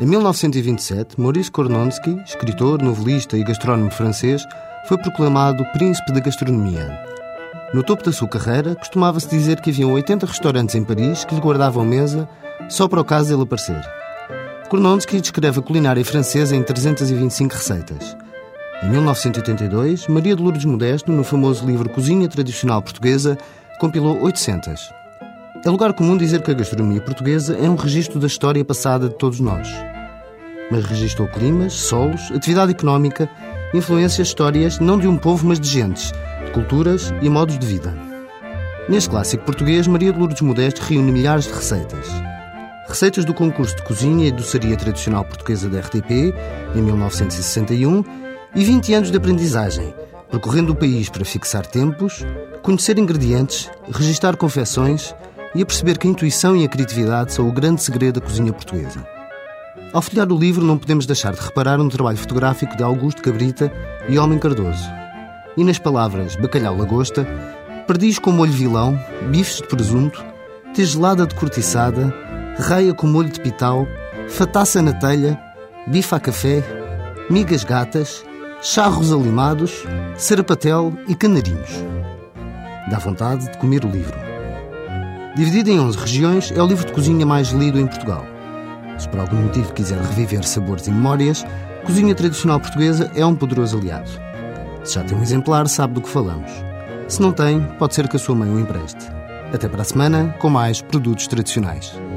Em 1927, Maurice Kornonski, escritor, novelista e gastrónomo francês, foi proclamado Príncipe da Gastronomia. No topo da sua carreira, costumava-se dizer que haviam 80 restaurantes em Paris que lhe guardavam mesa só para o caso dele aparecer. Kornonski descreve a culinária francesa em 325 receitas. Em 1982, Maria de Lourdes Modesto, no famoso livro Cozinha Tradicional Portuguesa, compilou 800. É lugar comum dizer que a gastronomia portuguesa é um registro da história passada de todos nós. Mas registou climas, solos, atividade económica, influências, histórias, não de um povo, mas de gentes, de culturas e modos de vida. Neste clássico português, Maria de Lourdes Modesto reúne milhares de receitas. Receitas do concurso de cozinha e doçaria tradicional portuguesa da RTP, em 1961, e 20 anos de aprendizagem, percorrendo o país para fixar tempos, conhecer ingredientes, registar confecções e a perceber que a intuição e a criatividade são o grande segredo da cozinha portuguesa. Ao folhear o livro, não podemos deixar de reparar no trabalho fotográfico de Augusto Cabrita e Homem Cardoso. E nas palavras bacalhau lagosta, perdiz com molho vilão, bifes de presunto, tigelada de cortiçada, raia com molho de pitau, fataça na telha, bife a café, migas gatas, charros alimados, sarapatel e canarinhos. Dá vontade de comer o livro. Dividido em 11 regiões, é o livro de cozinha mais lido em Portugal. Se por algum motivo quiser reviver sabores e memórias, Cozinha Tradicional Portuguesa é um poderoso aliado. Se já tem um exemplar, sabe do que falamos. Se não tem, pode ser que a sua mãe o empreste. Até para a semana, com mais produtos tradicionais.